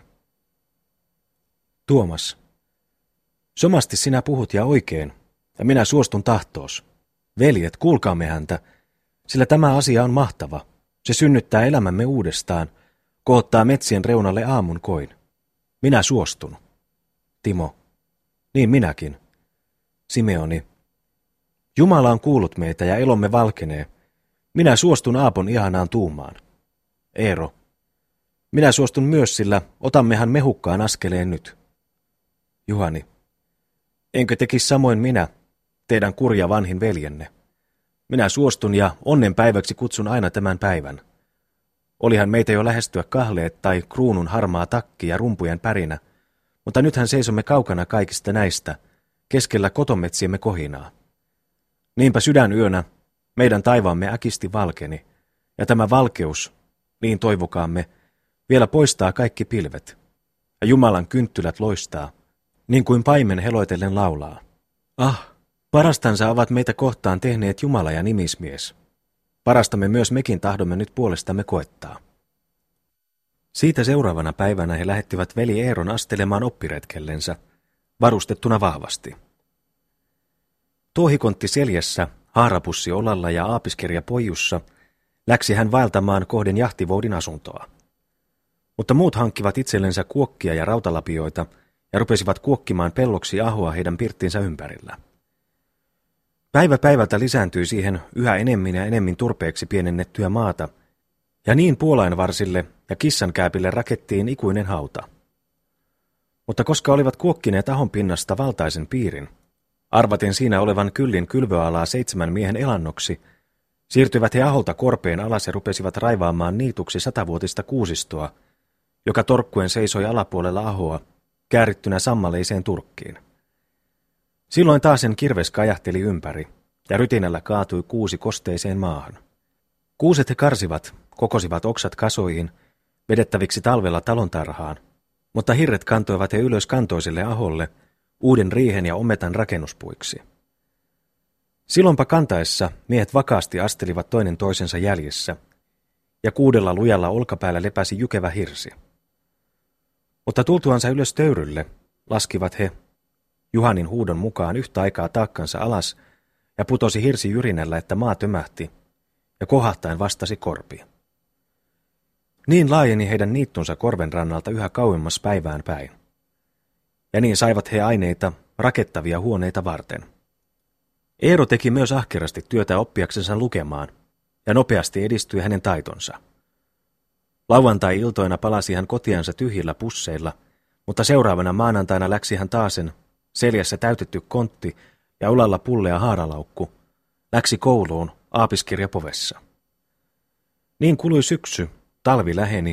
Tuomas, somasti sinä puhut ja oikein, ja minä suostun tahtoos. Veljet, kuulkaamme häntä, sillä tämä asia on mahtava. Se synnyttää elämämme uudestaan, kohottaa metsien reunalle aamun koin. Minä suostun. Timo. Niin minäkin. Simeoni. Jumala on kuullut meitä ja elomme valkenee. Minä suostun Aapon ihanaan tuumaan. Eero. Minä suostun myös, sillä otammehan mehukkaan askeleen nyt. Juhani. Enkö tekisi samoin minä, teidän kurja vanhin veljenne? Minä suostun ja onnen päiväksi kutsun aina tämän päivän. Olihan meitä jo lähestyä kahleet tai kruunun harmaa takki ja rumpujen pärinä, mutta nythän seisomme kaukana kaikista näistä, keskellä kotometsiemme kohinaa. Niinpä sydänyönä meidän taivaamme äkisti valkeni, ja tämä valkeus, niin toivokaamme, vielä poistaa kaikki pilvet, ja Jumalan kynttilät loistaa, niin kuin paimen heloitellen laulaa. Ah, parastansa ovat meitä kohtaan tehneet Jumala ja nimismies. Parastamme myös mekin tahdomme nyt puolestamme koettaa. Siitä seuraavana päivänä he lähettivät veli Eeron astelemaan oppiretkellensä, varustettuna vahvasti. Tuohikontti seljässä, haarapussi olalla ja aapiskirja pojussa, läksi hän vaeltamaan kohden jahtivoudin asuntoa. Mutta muut hankkivat itsellensä kuokkia ja rautalapioita ja rupesivat kuokkimaan pelloksi ahoa heidän pirttinsä ympärillä. Päivä päivältä lisääntyi siihen yhä enemmän ja enemmän turpeeksi pienennettyä maata, ja niin puolainvarsille ja kissankääpille rakettiin ikuinen hauta. Mutta koska olivat kuokkineet ahon pinnasta valtaisen piirin, arvaten siinä olevan kyllin kylvöalaa seitsemän miehen elannoksi, siirtyivät he aholta korpeen alas ja rupesivat raivaamaan niituksi satavuotista kuusistoa, joka torkkuen seisoi alapuolella ahoa, käärittynä sammaleiseen turkkiin. Silloin taasen kirves kajahteli ympäri, ja rytinällä kaatui kuusi kosteiseen maahan. Kuuset he karsivat, kokosivat oksat kasoihin, vedettäviksi talvella talontarhaan, mutta hirret kantoivat he ylös kantoiselle aholle, uuden riihen ja ometan rakennuspuiksi. Silloinpa kantaessa miehet vakaasti astelivat toinen toisensa jäljessä, ja kuudella lujalla olkapäällä lepäsi jykevä hirsi. Mutta tultuansa ylös töyrylle, laskivat he, Juhanin huudon mukaan yhtä aikaa taakkansa alas, ja putosi hirsi jyrinällä, että maa tömähti, ja kohahtaen vastasi korpi. Niin laajeni heidän niittunsa korven rannalta yhä kauemmas päivään päin. Ja niin saivat he aineita, rakettavia huoneita varten. Eero teki myös ahkerasti työtä oppiaksensa lukemaan, ja nopeasti edistyi hänen taitonsa. Lauantai-iltoina palasi hän kotiansa tyhjillä pusseilla, mutta seuraavana maanantaina läksi hän taasen, seljässä täytetty kontti ja ulalla pullea haaralaukku, läksi kouluun aapiskirja povessa. Niin kului syksy, talvi läheni,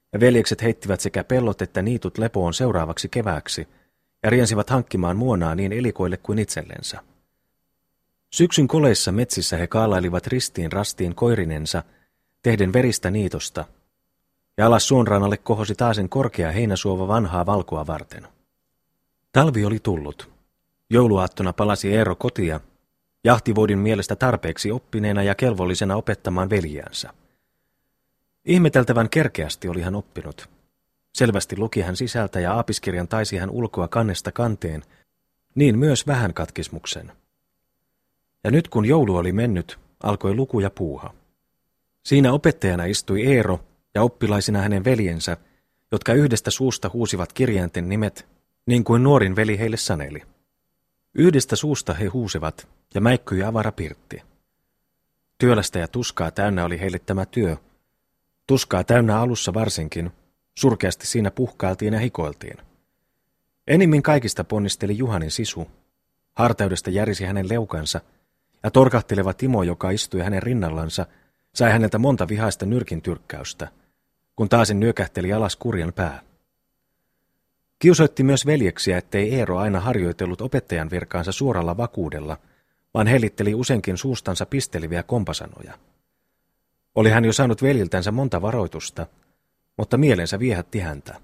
ja veljekset heittivät sekä pellot että niitut lepoon seuraavaksi kevääksi ja riensivat hankkimaan muonaa niin elikoille kuin itsellensä. Syksyn koleissa metsissä he kaalailivat ristiin rastiin koirinensa, tehden veristä niitosta, ja alas suonrannalle kohosi taasen korkea heinäsuova vanhaa valkoa varten. Talvi oli tullut. Jouluaattona palasi Eero kotia, jahtivoidin mielestä tarpeeksi oppineena ja kelvollisena opettamaan veljiänsä. Ihmeteltävän kerkeästi oli hän oppinut. Selvästi luki hän sisältä ja aapiskirjan taisi hän ulkoa kannesta kanteen, niin myös vähän katkismuksen. Ja nyt kun joulu oli mennyt, alkoi luku ja puuha. Siinä opettajana istui Eero ja oppilaisina hänen veljensä, jotka yhdestä suusta huusivat kirjainten nimet, niin kuin nuorin veli heille saneli. Yhdestä suusta he huusivat, ja mäikkyi avara pirtti. Työlästä ja tuskaa täynnä oli heille tämä työ. Tuskaa täynnä alussa varsinkin, surkeasti siinä puhkailtiin ja hikoiltiin. Enimmin kaikista ponnisteli Juhanin sisu. Hartaudesta järisi hänen leukansa, ja torkahteleva Timo, joka istui hänen rinnallansa, sai häneltä monta vihaista nyrkin tyrkkäystä, kun taasen nyökähteli alas kurjan pää. Kiusoitti myös veljeksiä, ettei Eero aina harjoitellut opettajan virkaansa suoralla vakuudella, vaan hellitteli useinkin suustansa pisteleviä kompasanoja. Oli hän jo saanut veljiltänsä monta varoitusta, mutta mielensä viehätti häntä.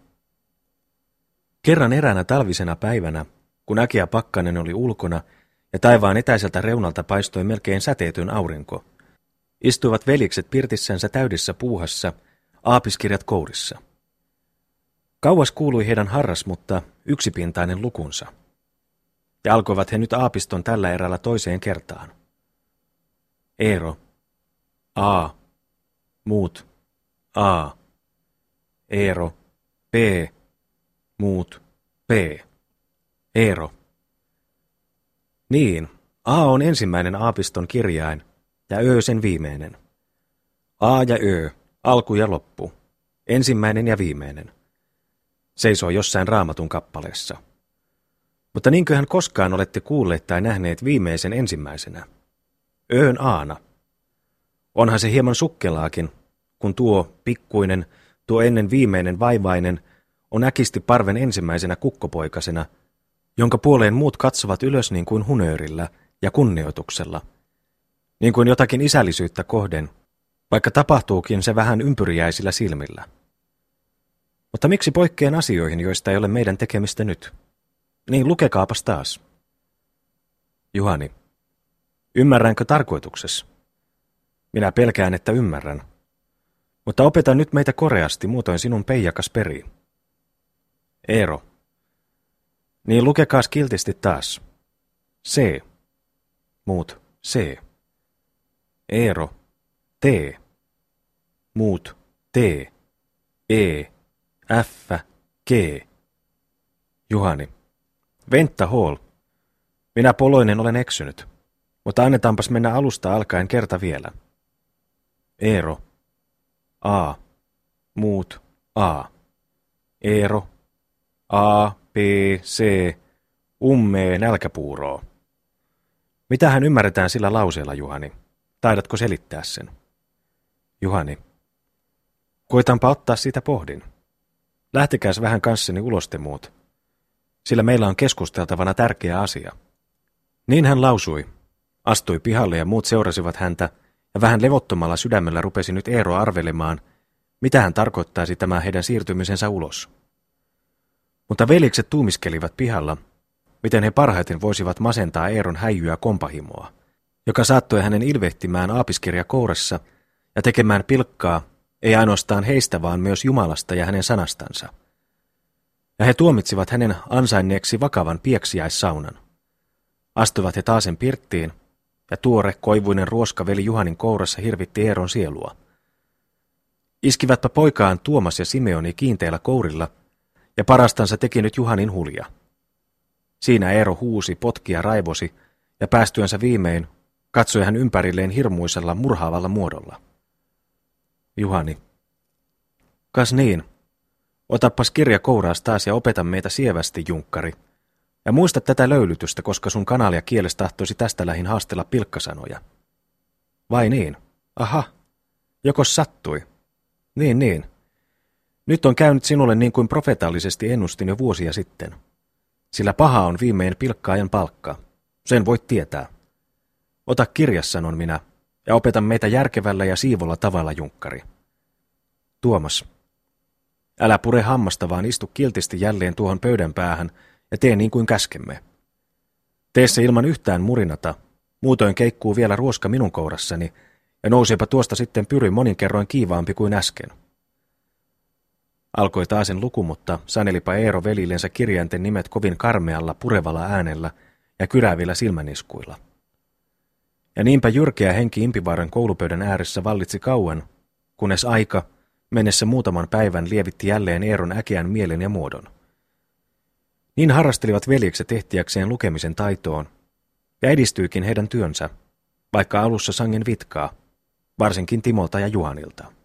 Kerran eräänä talvisena päivänä, kun äkeä pakkanen oli ulkona ja taivaan etäiseltä reunalta paistoi melkein säteetön aurinko, istuivat veljekset pirtissänsä täydessä puuhassa, aapiskirjat kourissa. Kauas kuului heidän harras, mutta yksipintainen lukunsa. Ja alkoivat he nyt aapiston tällä erällä toiseen kertaan. Eero. A. Muut. A. Eero. P. Muut. P. Eero. Niin, A on ensimmäinen aapiston kirjain ja Ö sen viimeinen. A ja Ö, alku ja loppu, ensimmäinen ja viimeinen. Seisoo jossain Raamatun kappaleessa. Mutta niinköhän koskaan olette kuulleet tai nähneet viimeisen ensimmäisenä? Öön aana. Onhan se hieman sukkelaakin, kun tuo pikkuinen, tuo ennen viimeinen vaivainen on äkisti parven ensimmäisenä kukkopoikasena, jonka puoleen muut katsovat ylös niin kuin hunöörillä ja kunnioituksella, niin kuin jotakin isällisyyttä kohden, vaikka tapahtuukin se vähän ympyriäisillä silmillä. Mutta miksi poikkeen asioihin, joista ei ole meidän tekemistä nyt? Niin lukekaapas taas. Juhani, ymmärränkö tarkoituksessa? Minä pelkään, että ymmärrän. Mutta opeta nyt meitä koreasti, muutoin sinun peijakas perii. Eero. Niin lukekaas kiltisti taas. C. Muut. C. Eero. T. Muut. T. E. F. G. Juhani. Ventta Hall. Minä poloinen olen eksynyt, mutta annetaanpas mennä alusta alkaen kerta vielä. Eero. A. Muut. A. Eero. A. B. C. Ummee nälkäpuuroo. Mitähän ymmärretään sillä lauseella, Juhani? Taidatko selittää sen? Juhani. Koitanpa ottaa siitä pohdin. Lähtekääs vähän kanssani ulos te muut, sillä meillä on keskusteltavana tärkeä asia. Niin hän lausui, astui pihalle ja muut seurasivat häntä, ja vähän levottomalla sydämellä rupesi nyt Eero arvelemaan, mitä hän tarkoittaisi tämä heidän siirtymisensä ulos. Mutta veljekset tuumiskelivat pihalla, miten he parhaiten voisivat masentaa Eeron häijyä kompahimoa, joka saattoi hänen ilvehtimään aapiskirja kouressa ja tekemään pilkkaa, ei ainoastaan heistä, vaan myös Jumalasta ja hänen sanastansa. Ja he tuomitsivat hänen ansainneeksi vakavan pieksiäissaunan. Astuivat he taasen pirttiin, ja tuore koivuinen ruoska veli Juhanin kourassa hirvitti Eeron sielua. Iskivätpä poikaan Tuomas ja Simeoni kiinteillä kourilla, ja parastansa teki nyt Juhanin hulja. Siinä Eero huusi, potki ja raivosi, ja päästyänsä viimein katsoi hän ympärilleen hirmuisella murhaavalla muodolla. Juhani. Kas niin, otappas kirja kouraas taas ja opeta meitä sievästi, junkkari. Ja muista tätä löylytystä, koska sun kanalia kielestä tahtoisi tästä lähin haastella pilkkasanoja. Vai niin? Aha, jokos sattui. Niin, niin. Nyt on käynyt sinulle niin kuin profetallisesti ennustin jo vuosia sitten. Sillä paha on viimein pilkkaajan palkka. Sen voit tietää. Ota kirjas, sanon minä, ja opeta meitä järkevällä ja siivolla tavalla, junkkari. Tuomas. Älä pure hammasta, vaan istu kiltisti jälleen tuohon pöydän päähän ja tee niin kuin käskemme. Tee se ilman yhtään murinata, muutoin keikkuu vielä ruoska minun kourassani, ja nouseepa tuosta sitten pyry monin kerroin kiivaampi kuin äsken. Alkoi taasen luku, mutta sanelipa Eero velillensä kirjainten nimet kovin karmealla, purevalla äänellä ja kyräävillä silmäniskuilla. Ja niinpä jyrkeä henki Impivaaran koulupöydän ääressä vallitsi kauan, kunnes aika, mennessä muutaman päivän, lievitti jälleen Eeron äkeän mielen ja muodon. Niin harrastelivat veljekset ehtiäkseen lukemisen taitoon, ja edistyykin heidän työnsä, vaikka alussa sangen vitkaa, varsinkin Timolta ja Juhanilta.